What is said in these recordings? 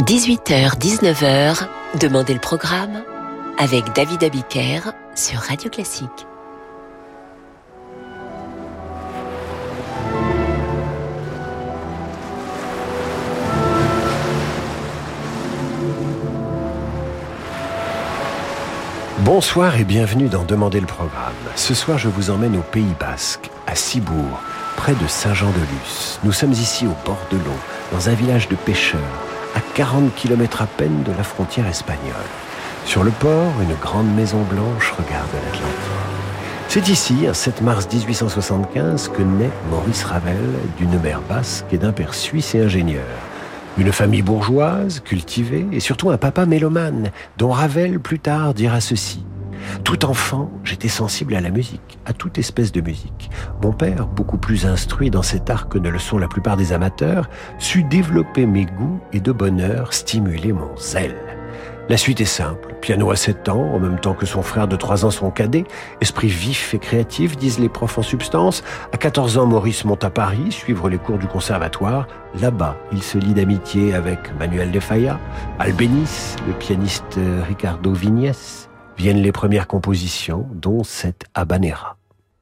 18h-19h, Demandez le programme avec David Abiker sur Radio Classique. Bonsoir et bienvenue dans Demandez le programme. Ce soir, je vous emmène au Pays Basque, à Ciboure, près de Saint-Jean-de-Luz. Nous sommes ici au bord de l'eau, dans un village de pêcheurs, à 40 km à peine de la frontière espagnole. Sur le port, une grande maison blanche regarde l'Atlantique. C'est ici, un 7 mars 1875, que naît Maurice Ravel, d'une mère basque et d'un père suisse et ingénieur. Une famille bourgeoise, cultivée, et surtout un papa mélomane, dont Ravel plus tard dira ceci. Tout enfant, j'étais sensible à la musique, à toute espèce de musique. Mon père, beaucoup plus instruit dans cet art que ne le sont la plupart des amateurs, sut développer mes goûts et de bonne heure stimuler mon zèle. La suite est simple. Piano à 7 ans, en même temps que son frère de 3 ans, son cadet. Esprit vif et créatif, disent les profs en substance. À 14 ans, Maurice monte à Paris, suivre les cours du conservatoire. Là-bas, il se lie d'amitié avec Manuel de Falla, Albéniz, le pianiste Ricardo Vignes. Viennent les premières compositions, dont cette Habanera.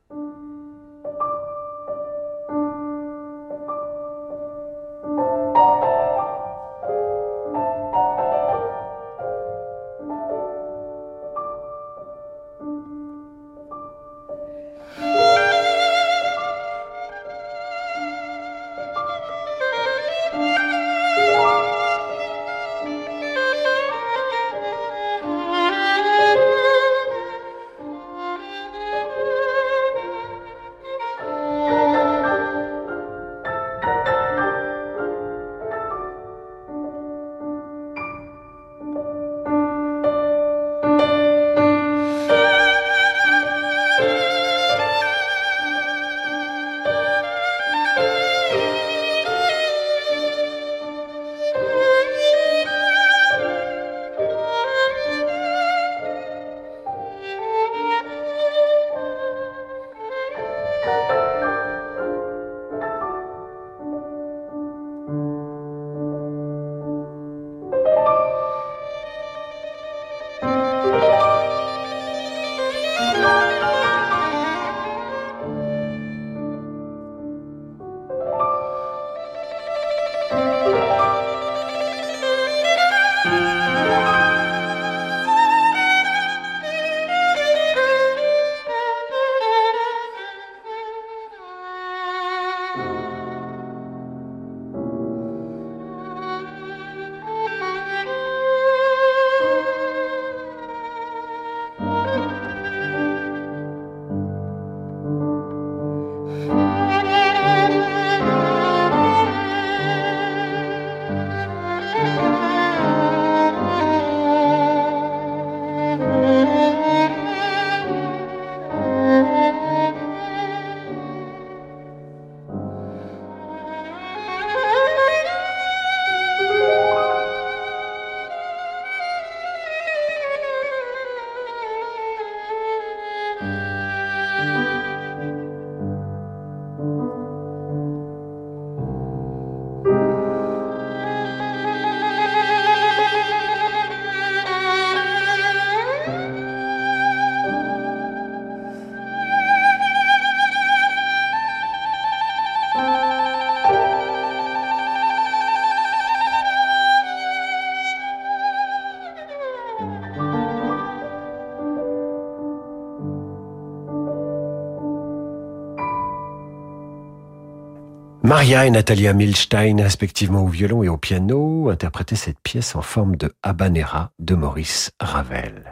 Maria et Natalia Milstein, respectivement au violon et au piano, interprétaient cette pièce en forme de habanera de Maurice Ravel.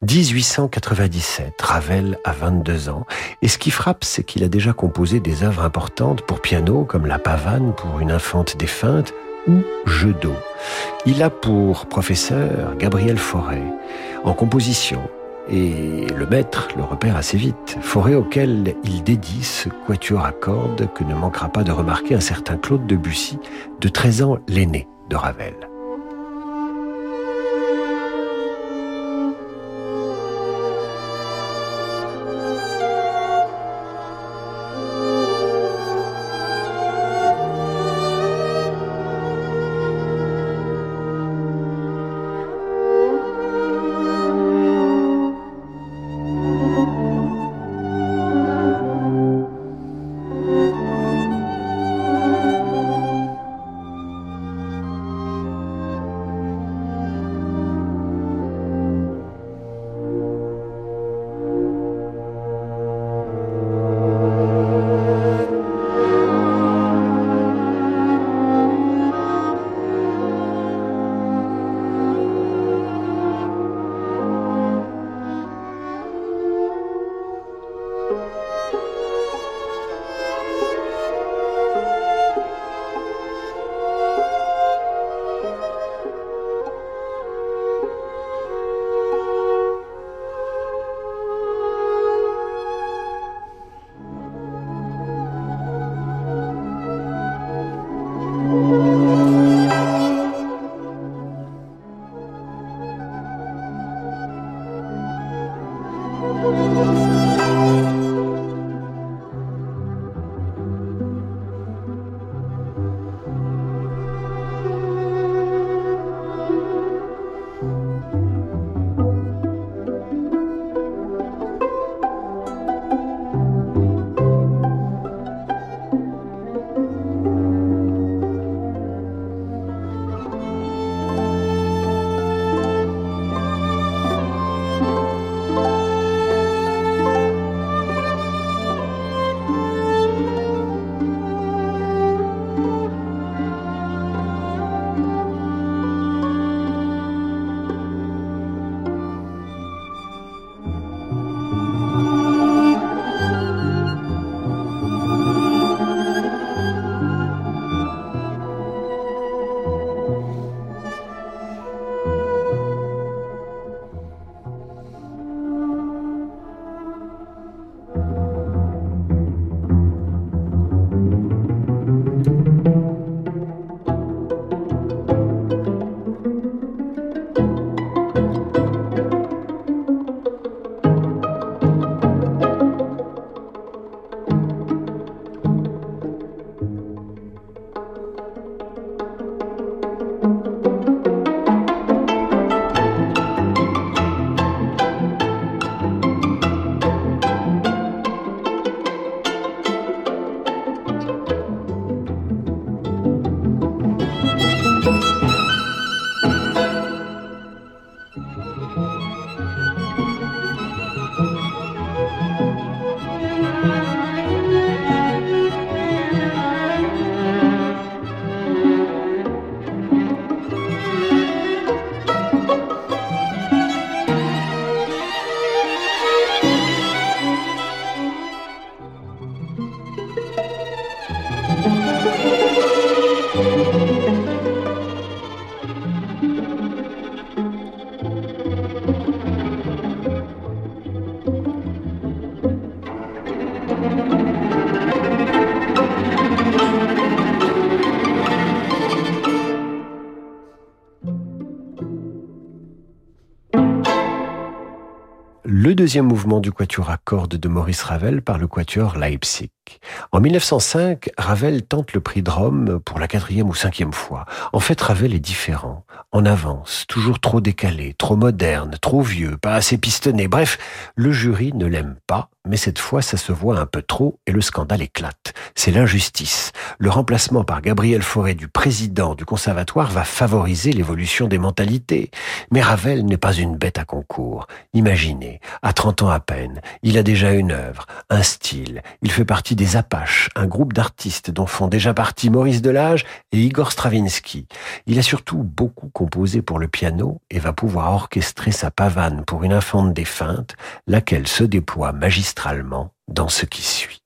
1897, Ravel a 22 ans, et ce qui frappe, c'est qu'il a déjà composé des œuvres importantes pour piano, comme La Pavane pour une infante défunte, ou Jeu d'eau. Il a pour professeur Gabriel Fauré, en composition, et le maître le repère assez vite. Fauré auquel il dédie ce quatuor à cordes que ne manquera pas de remarquer un certain Claude Debussy, de 13 ans l'aîné de Ravel. Le deuxième mouvement du quatuor à cordes de Maurice Ravel par le quatuor Leipzig. En 1905, Ravel tente le prix de Rome pour la 4e ou 5e fois. En fait, Ravel est différent, en avance, toujours trop décalé, trop moderne, trop vieux, pas assez pistonné. Bref, le jury ne l'aime pas, mais cette fois, ça se voit un peu trop et le scandale éclate. C'est l'injustice. Le remplacement par Gabriel Fauré du président du conservatoire va favoriser l'évolution des mentalités. Mais Ravel n'est pas une bête à concours. Imaginez, à 30 ans à peine, il a déjà une œuvre, un style. Il fait partie des Apaches, un groupe d'artistes dont font déjà partie Maurice Delage et Igor Stravinsky. Il a surtout beaucoup composé pour le piano et va pouvoir orchestrer sa pavane pour une infante défunte, laquelle se déploie magistralement dans ce qui suit.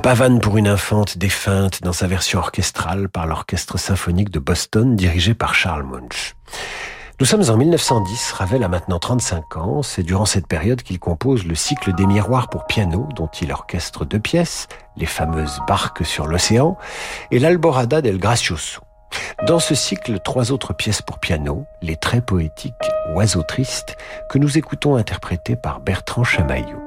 Pavane pour une infante défunte dans sa version orchestrale par l'Orchestre symphonique de Boston dirigé par Charles Munch. Nous sommes en 1910, Ravel a maintenant 35 ans, c'est durant cette période qu'il compose le cycle des miroirs pour piano, dont il orchestre 2 pièces, les fameuses Barques sur l'océan, et l'Alborada del Gracioso. Dans ce cycle, 3 autres pièces pour piano, les très poétiques Oiseaux tristes, que nous écoutons interprétées par Bertrand Chamaillou.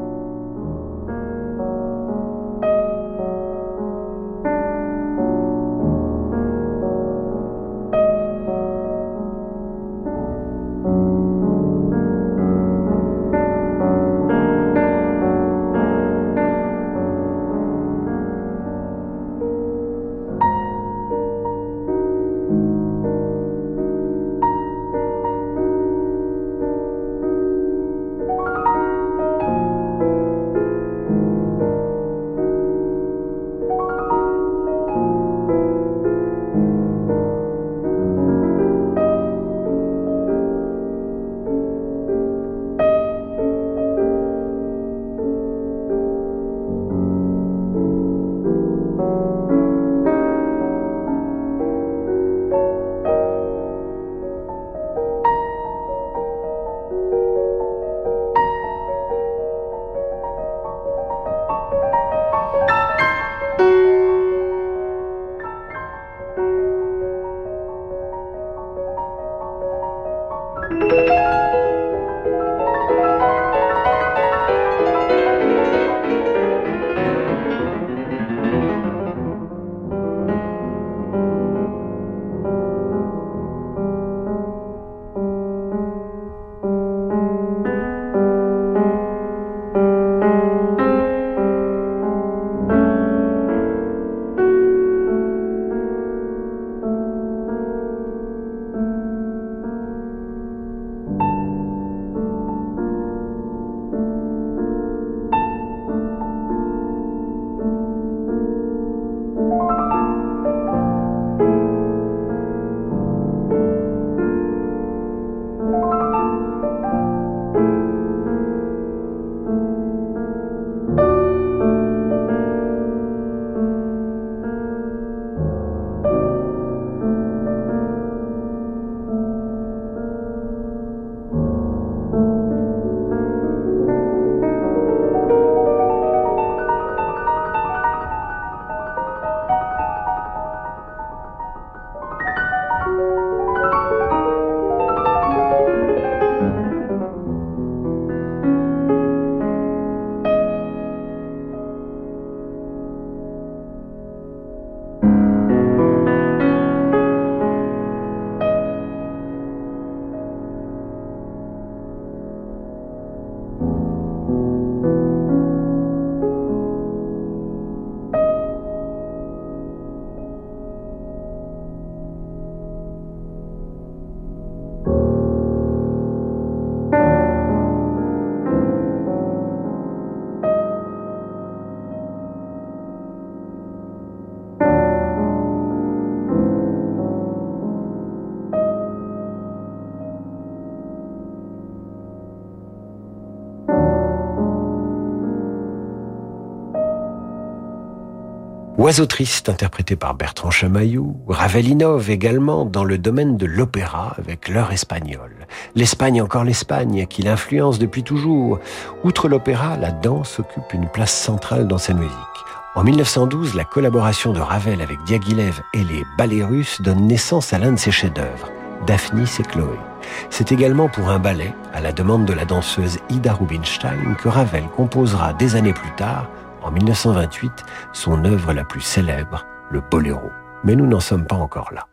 Oiseaux tristes, interprété par Bertrand Chamaillou. Ravel innove également dans le domaine de l'opéra avec l'heure espagnole. L'Espagne, encore l'Espagne, qui l'influence depuis toujours. Outre l'opéra, la danse occupe une place centrale dans sa musique. En 1912, la collaboration de Ravel avec Diaghilev et les ballets russes donne naissance à l'un de ses chefs-d'œuvre, Daphnis et Chloé. C'est également pour un ballet, à la demande de la danseuse Ida Rubinstein, que Ravel composera des années plus tard, en 1928, son œuvre la plus célèbre, le Boléro. Mais nous n'en sommes pas encore là.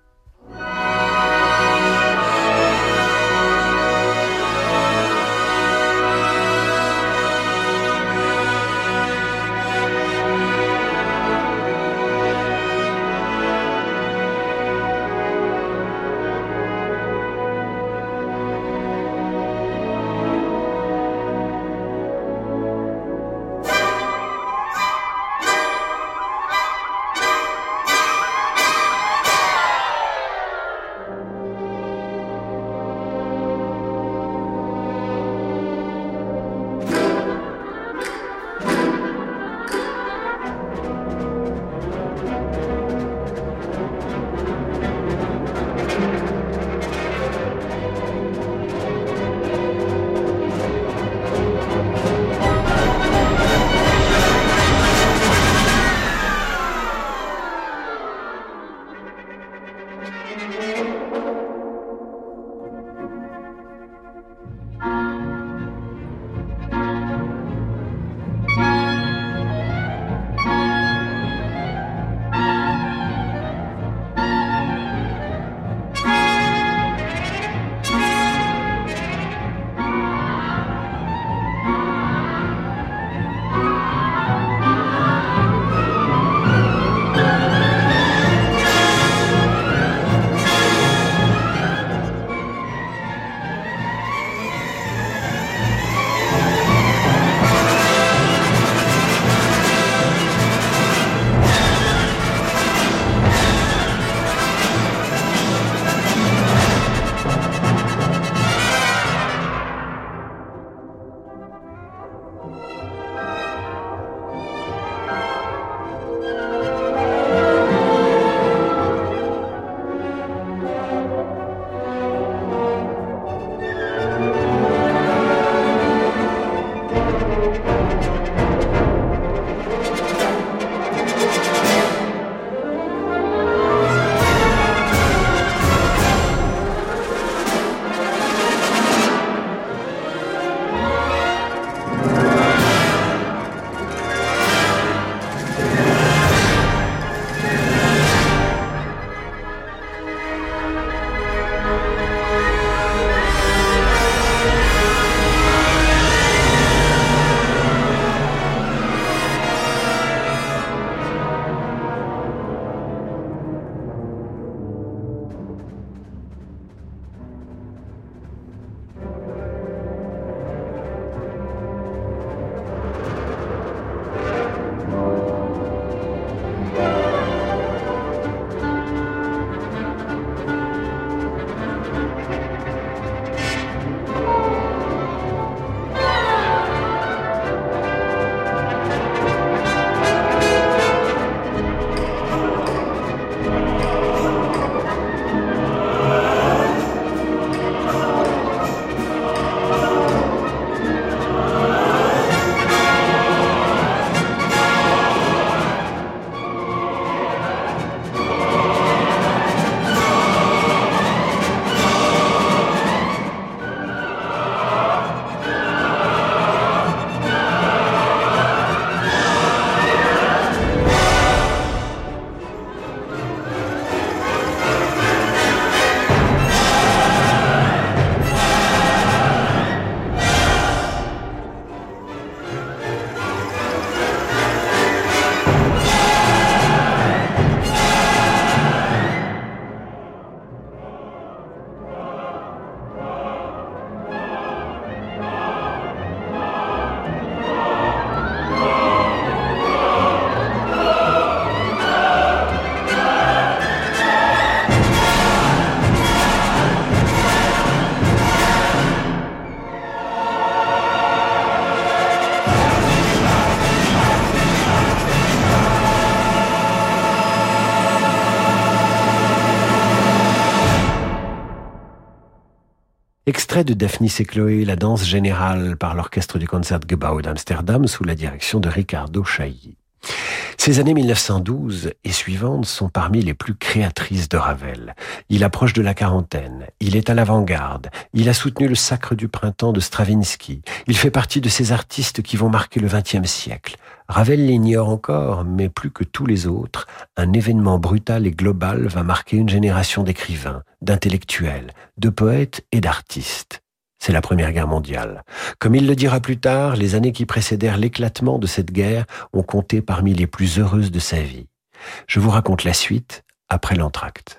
Extrait de Daphnis et Chloé, la danse générale par l'orchestre du Concertgebouw d'Amsterdam sous la direction de Riccardo Chailly. Ces années 1912 et suivantes sont parmi les plus créatrices de Ravel. Il approche de la quarantaine, il est à l'avant-garde, il a soutenu le Sacre du printemps de Stravinsky, il fait partie de ces artistes qui vont marquer le XXe siècle. Ravel l'ignore encore, mais plus que tous les autres, un événement brutal et global va marquer une génération d'écrivains, d'intellectuels, de poètes et d'artistes. C'est la Première Guerre mondiale. Comme il le dira plus tard, les années qui précédèrent l'éclatement de cette guerre ont compté parmi les plus heureuses de sa vie. Je vous raconte la suite après l'entracte.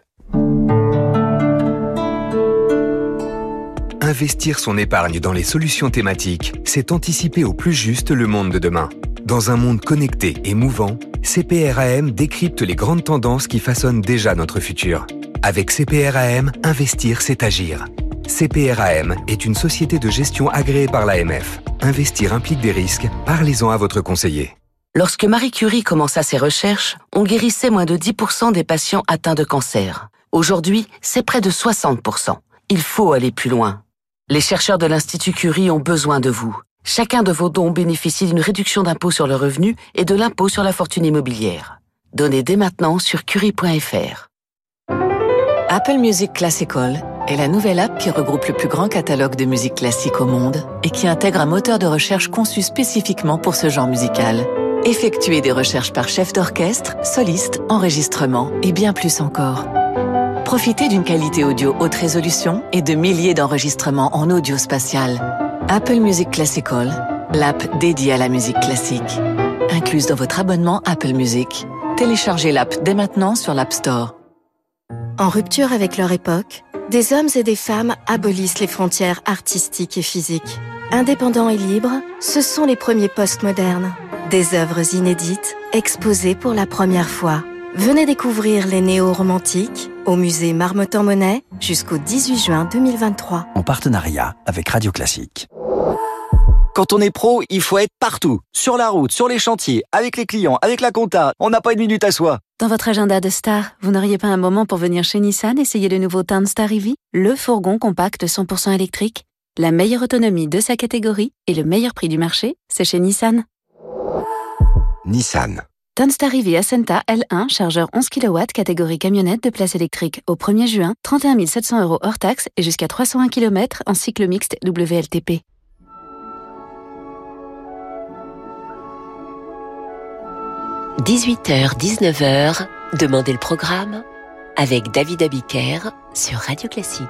Investir son épargne dans les solutions thématiques, c'est anticiper au plus juste le monde de demain. Dans un monde connecté et mouvant, CPRAM décrypte les grandes tendances qui façonnent déjà notre futur. Avec CPRAM, investir, c'est agir. CPRAM est une société de gestion agréée par l'AMF. Investir implique des risques, parlez-en à votre conseiller. Lorsque Marie Curie commença ses recherches, on guérissait moins de 10% des patients atteints de cancer. Aujourd'hui, c'est près de 60%. Il faut aller plus loin. Les chercheurs de l'Institut Curie ont besoin de vous. Chacun de vos dons bénéficie d'une réduction d'impôt sur le revenu et de l'impôt sur la fortune immobilière. Donnez dès maintenant sur curie.fr. Apple Music Classical est la nouvelle app qui regroupe le plus grand catalogue de musique classique au monde et qui intègre un moteur de recherche conçu spécifiquement pour ce genre musical. Effectuez des recherches par chef d'orchestre, soliste, enregistrement et bien plus encore. Profitez d'une qualité audio haute résolution et de milliers d'enregistrements en audio spatial. Apple Music Classical, l'app dédiée à la musique classique. Incluse dans votre abonnement Apple Music. Téléchargez l'app dès maintenant sur l'App Store. En rupture avec leur époque, des hommes et des femmes abolissent les frontières artistiques et physiques. Indépendants et libres, ce sont les premiers postmodernes. Des œuvres inédites, exposées pour la première fois. Venez découvrir les néo-romantiques au musée Marmottan-Monet jusqu'au 18 juin 2023. En partenariat avec Radio Classique. Quand on est pro, il faut être partout. Sur la route, sur les chantiers, avec les clients, avec la compta. On n'a pas une minute à soi. Dans votre agenda de star, vous n'auriez pas un moment pour venir chez Nissan essayer le nouveau Townstar EV, le fourgon compact 100% électrique? La meilleure autonomie de sa catégorie et le meilleur prix du marché, c'est chez Nissan. Nissan. Townstar EV Ascenta L1, chargeur 11 kW, catégorie camionnette de place électrique. Au 1er juin, 31 700 € hors taxe et jusqu'à 301 km en cycle mixte WLTP. – 18h-19h, Demandez le programme avec David Abiker sur Radio Classique.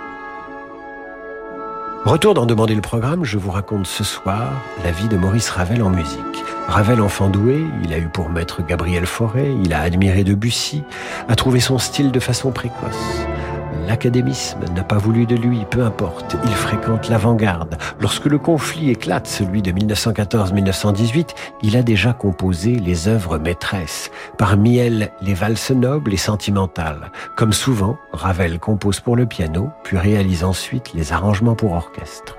Retour dans Demandez le programme, je vous raconte ce soir la vie de Maurice Ravel en musique. Ravel, enfant doué, il a eu pour maître Gabriel Fauré, il a admiré Debussy, a trouvé son style de façon précoce. L'académisme n'a pas voulu de lui, peu importe, il fréquente l'avant-garde. Lorsque le conflit éclate, celui de 1914-1918, il a déjà composé les œuvres maîtresses. Parmi elles, les valses nobles et sentimentales. Comme souvent, Ravel compose pour le piano, puis réalise ensuite les arrangements pour orchestre.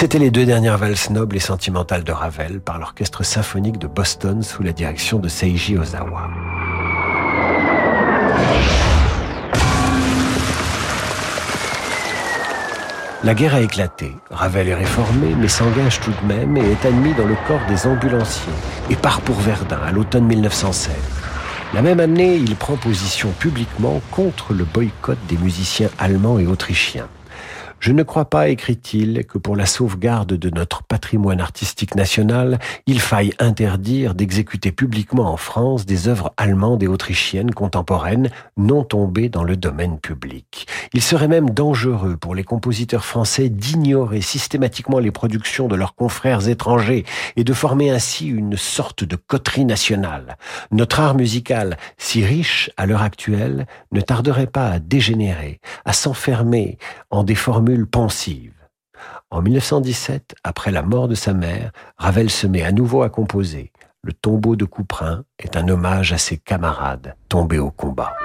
C'étaient les 2 dernières valses nobles et sentimentales de Ravel par l'orchestre symphonique de Boston sous la direction de Seiji Ozawa. La guerre a éclaté. Ravel est réformé, mais s'engage tout de même et est admis dans le corps des ambulanciers et part pour Verdun à l'automne 1916. La même année, il prend position publiquement contre le boycott des musiciens allemands et autrichiens. Je ne crois pas, écrit-il, que pour la sauvegarde de notre patrimoine artistique national, il faille interdire d'exécuter publiquement en France des œuvres allemandes et autrichiennes contemporaines non tombées dans le domaine public. Il serait même dangereux pour les compositeurs français d'ignorer systématiquement les productions de leurs confrères étrangers et de former ainsi une sorte de coterie nationale. Notre art musical, si riche à l'heure actuelle, ne tarderait pas à dégénérer, à s'enfermer en des formules pensive. En 1917, après la mort de sa mère, Ravel se met à nouveau à composer. Le tombeau de Couperin est un hommage à ses camarades tombés au combat.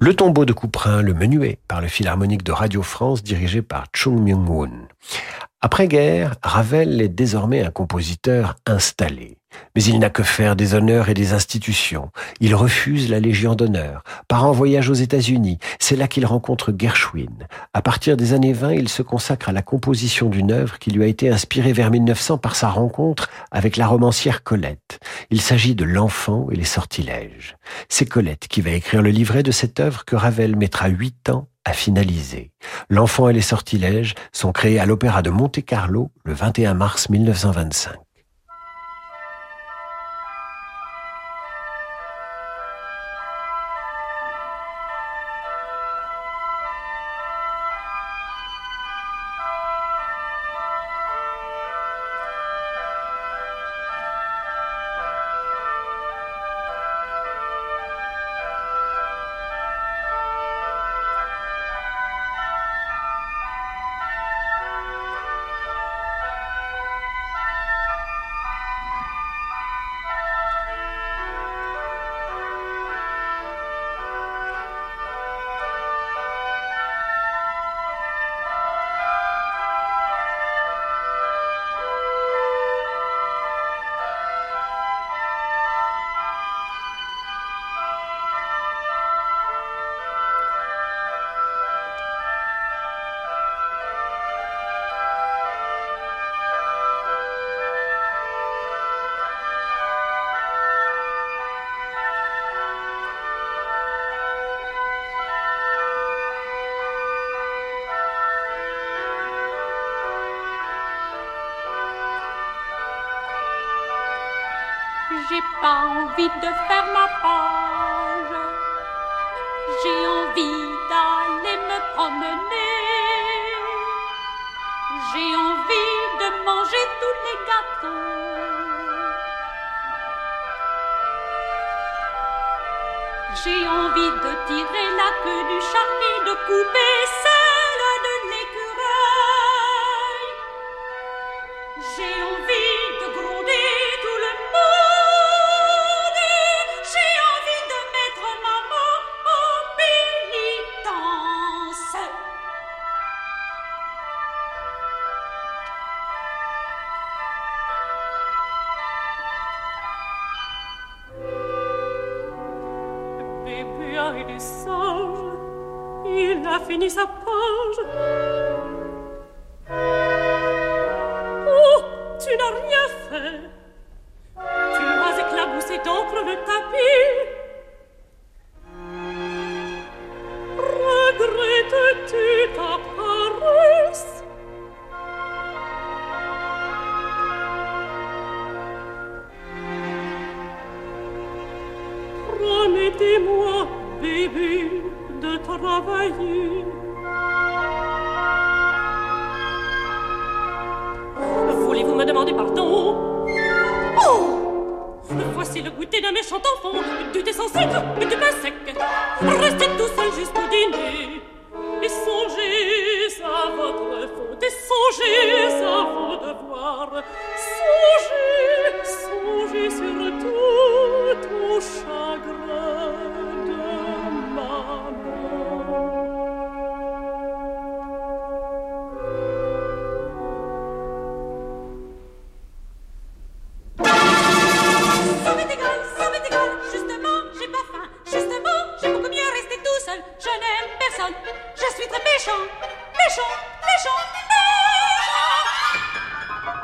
Le tombeau de Couperin, le menuet, par le Philharmonique de Radio France dirigé par Chung Myung-moon. Après-guerre, Ravel est désormais un compositeur installé. Mais il n'a que faire des honneurs et des institutions. Il refuse la Légion d'honneur, part en voyage aux États-Unis. C'est là qu'il rencontre Gershwin. À partir des années 20, il se consacre à la composition d'une œuvre qui lui a été inspirée vers 1900 par sa rencontre avec la romancière Colette. Il s'agit de L'Enfant et les sortilèges. C'est Colette qui va écrire le livret de cette œuvre que Ravel mettra 8 ans à finaliser. L'Enfant et les sortilèges sont créés à l'Opéra de Monte-Carlo le 21 mars 1925. J'ai pas envie de faire ma page, j'ai envie d'aller me promener, j'ai envie de manger tous les gâteaux, j'ai envie de tirer la queue du chat et de couper celle de l'écureuil, j'ai envie de gronder tout le monde, j'ai envie de mettre maman en pénitence. Bébé a été sage, il a fini sa page. Oh, tu n'as rien fait. Tu as éclaboussé d'encre le tapis. Regrettes-tu ta paresse? Promettez-moi, bébé, de travailler. Voulez-vous me demander pardon? Oh! Voici le goûter d'un méchant enfant, du thé sans sucre et du pain sec. Restez tout seul jusqu'au dîner et songez à votre faute et songez à vos devoirs. Songez surtout au chagrin de maman. Ça m'est égal, justement, j'ai pas faim. Justement, j'aime beaucoup mieux rester tout seul. Je n'aime personne, je suis très méchant. Méchant, méchant, méchant.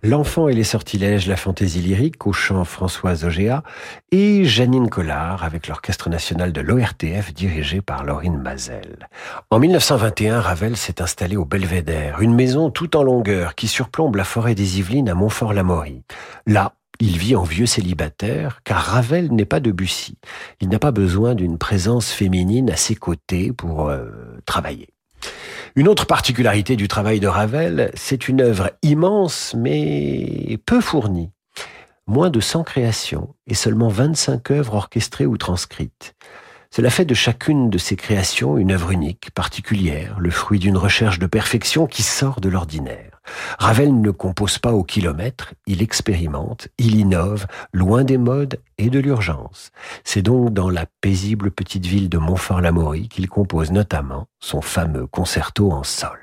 L'Enfant et les sortilèges, la fantaisie lyrique au chant Françoise Ogéa et Janine Collard avec l'Orchestre national de l'ORTF dirigé par Laurine Mazel. En 1921, Ravel s'est installé au Belvédère, une maison tout en longueur qui surplombe la forêt des Yvelines à Montfort-l'Amaury. Là, il vit en vieux célibataire, car Ravel n'est pas Debussy. Il n'a pas besoin d'une présence féminine à ses côtés pour travailler. Une autre particularité du travail de Ravel, c'est une œuvre immense mais peu fournie. Moins de 100 créations et seulement 25 œuvres orchestrées ou transcrites. Cela fait de chacune de ces créations une œuvre unique, particulière, le fruit d'une recherche de perfection qui sort de l'ordinaire. Ravel ne compose pas au kilomètre, il expérimente, il innove, loin des modes et de l'urgence. C'est donc dans la paisible petite ville de Montfort-l'Amaury qu'il compose notamment son fameux concerto en sol.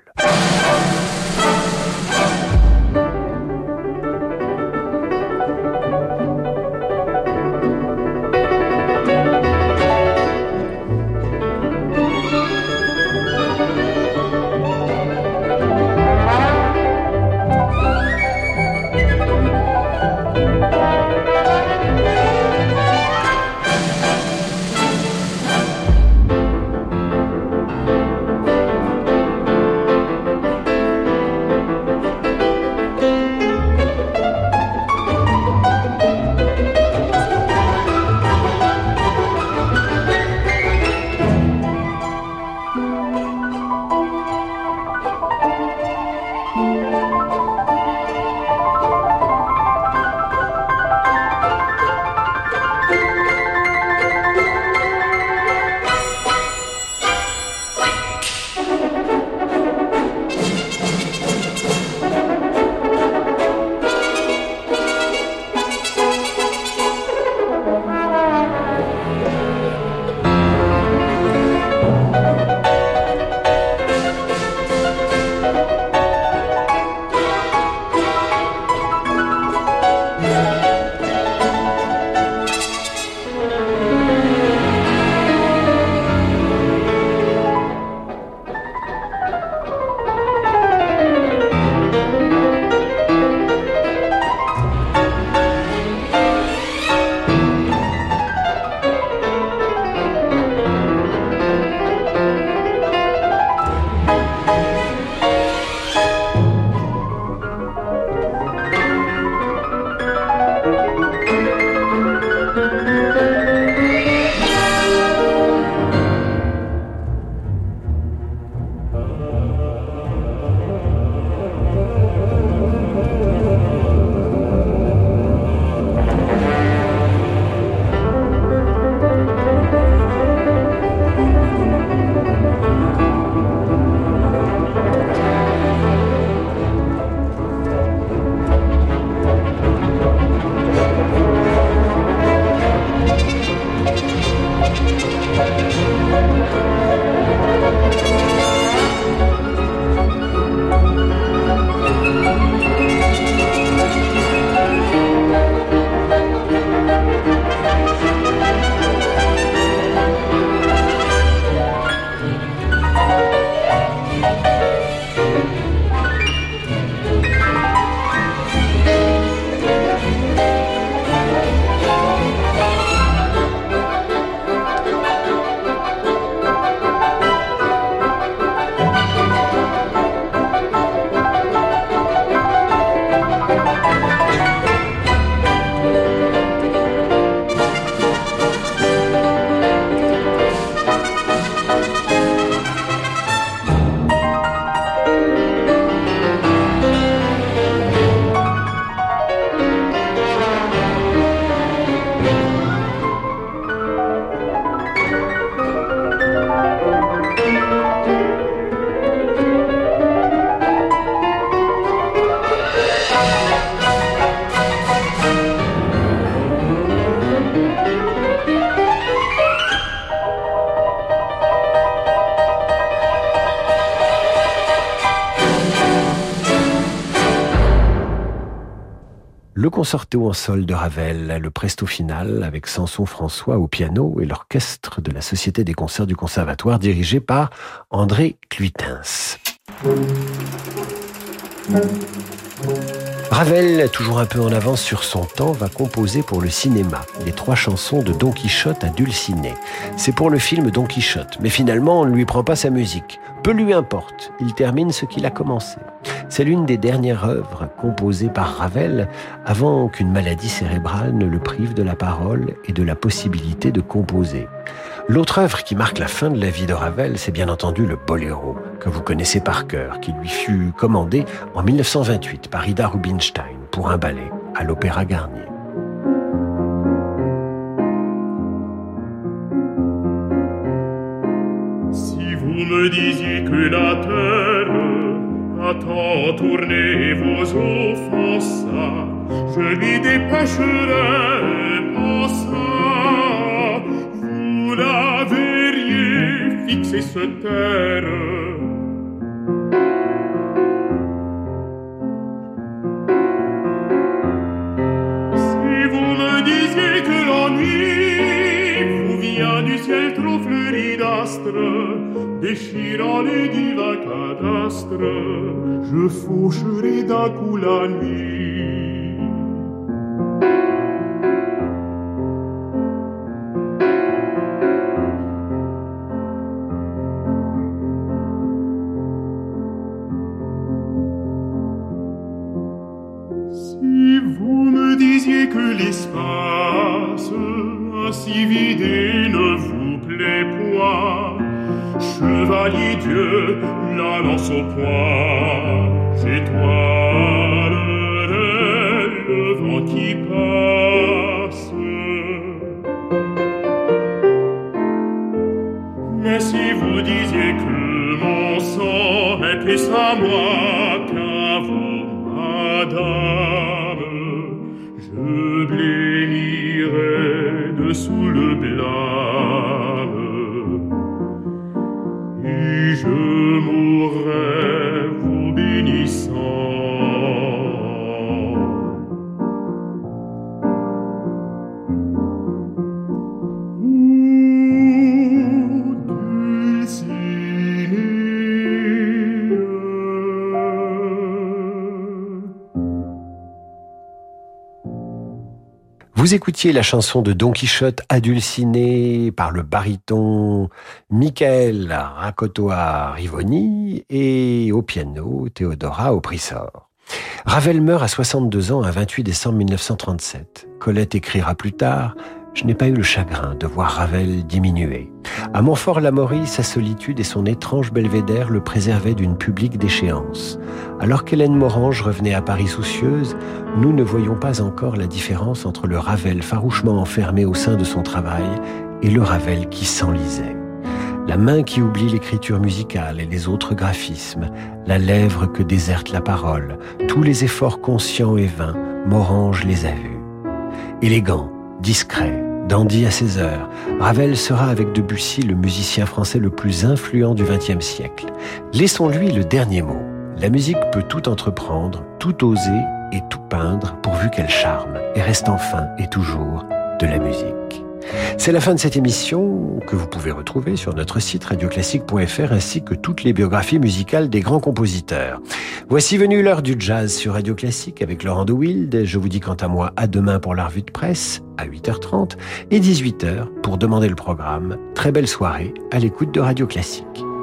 Le concerto en sol de Ravel, le presto final avec Samson François au piano et l'orchestre de la Société des concerts du Conservatoire dirigé par André Cluitens. Ravel, toujours un peu en avance sur son temps, va composer pour le cinéma les 3 chansons de Don Quichotte à Dulcinée. C'est pour le film Don Quichotte, mais finalement on ne lui prend pas sa musique. Peu lui importe, il termine ce qu'il a commencé. C'est l'une des dernières œuvres composées par Ravel avant qu'une maladie cérébrale ne le prive de la parole et de la possibilité de composer. L'autre œuvre qui marque la fin de la vie de Ravel, c'est bien entendu le Boléro, que vous connaissez par cœur, qui lui fut commandé en 1928 par Ida Rubinstein pour un ballet à l'Opéra Garnier. Si vous me disiez que la terre a tant tourné vos offenses, je lui dépêcherais mon sang. Vous la verriez fixer se terre. Si vous me disiez que l'ennui vous vient du ciel trop fleuri d'astres, déchirant les divins cadastres, je faucherai d'un coup la nuit. Si vous me disiez que l'espace ainsi vidé ne vous plaît point, chevalier Dieu, la lance au poing, j'étoilerai le vent qui passe. Mais si vous disiez que mon sang est plus à moi qu'à vous, madame, je blêmirai dessous le blâme. Et je mourrai vous bénissant. Vous écoutiez la chanson de Don Quichotte à Dulcinée par le baryton Michael Rakotoa-Rivoni et au piano Théodora Oprissor. Ravel meurt à 62 ans un 28 décembre 1937. Colette écrira plus tard « Je n'ai pas eu le chagrin de voir Ravel diminuer. À Montfort-l'Amaury, sa solitude et son étrange belvédère le préservaient d'une publique déchéance. Alors qu'Hélène Morange revenait à Paris soucieuse, nous ne voyions pas encore la différence entre le Ravel farouchement enfermé au sein de son travail et le Ravel qui s'enlisait. La main qui oublie l'écriture musicale et les autres graphismes, la lèvre que déserte la parole, tous les efforts conscients et vains, Morange les a vus. Élégant, discret, dandy à ses heures, Ravel sera avec Debussy le musicien français le plus influent du XXe siècle. Laissons-lui le dernier mot. La musique peut tout entreprendre, tout oser et tout peindre pourvu qu'elle charme et reste enfin et toujours de la musique. C'est la fin de cette émission que vous pouvez retrouver sur notre site radioclassique.fr ainsi que toutes les biographies musicales des grands compositeurs. Voici venue l'heure du jazz sur Radio Classique avec Laurent de Wild. Je vous dis quant à moi à demain pour la revue de presse à 8h30 et 18h pour demander le programme. Très belle soirée à l'écoute de Radio Classique.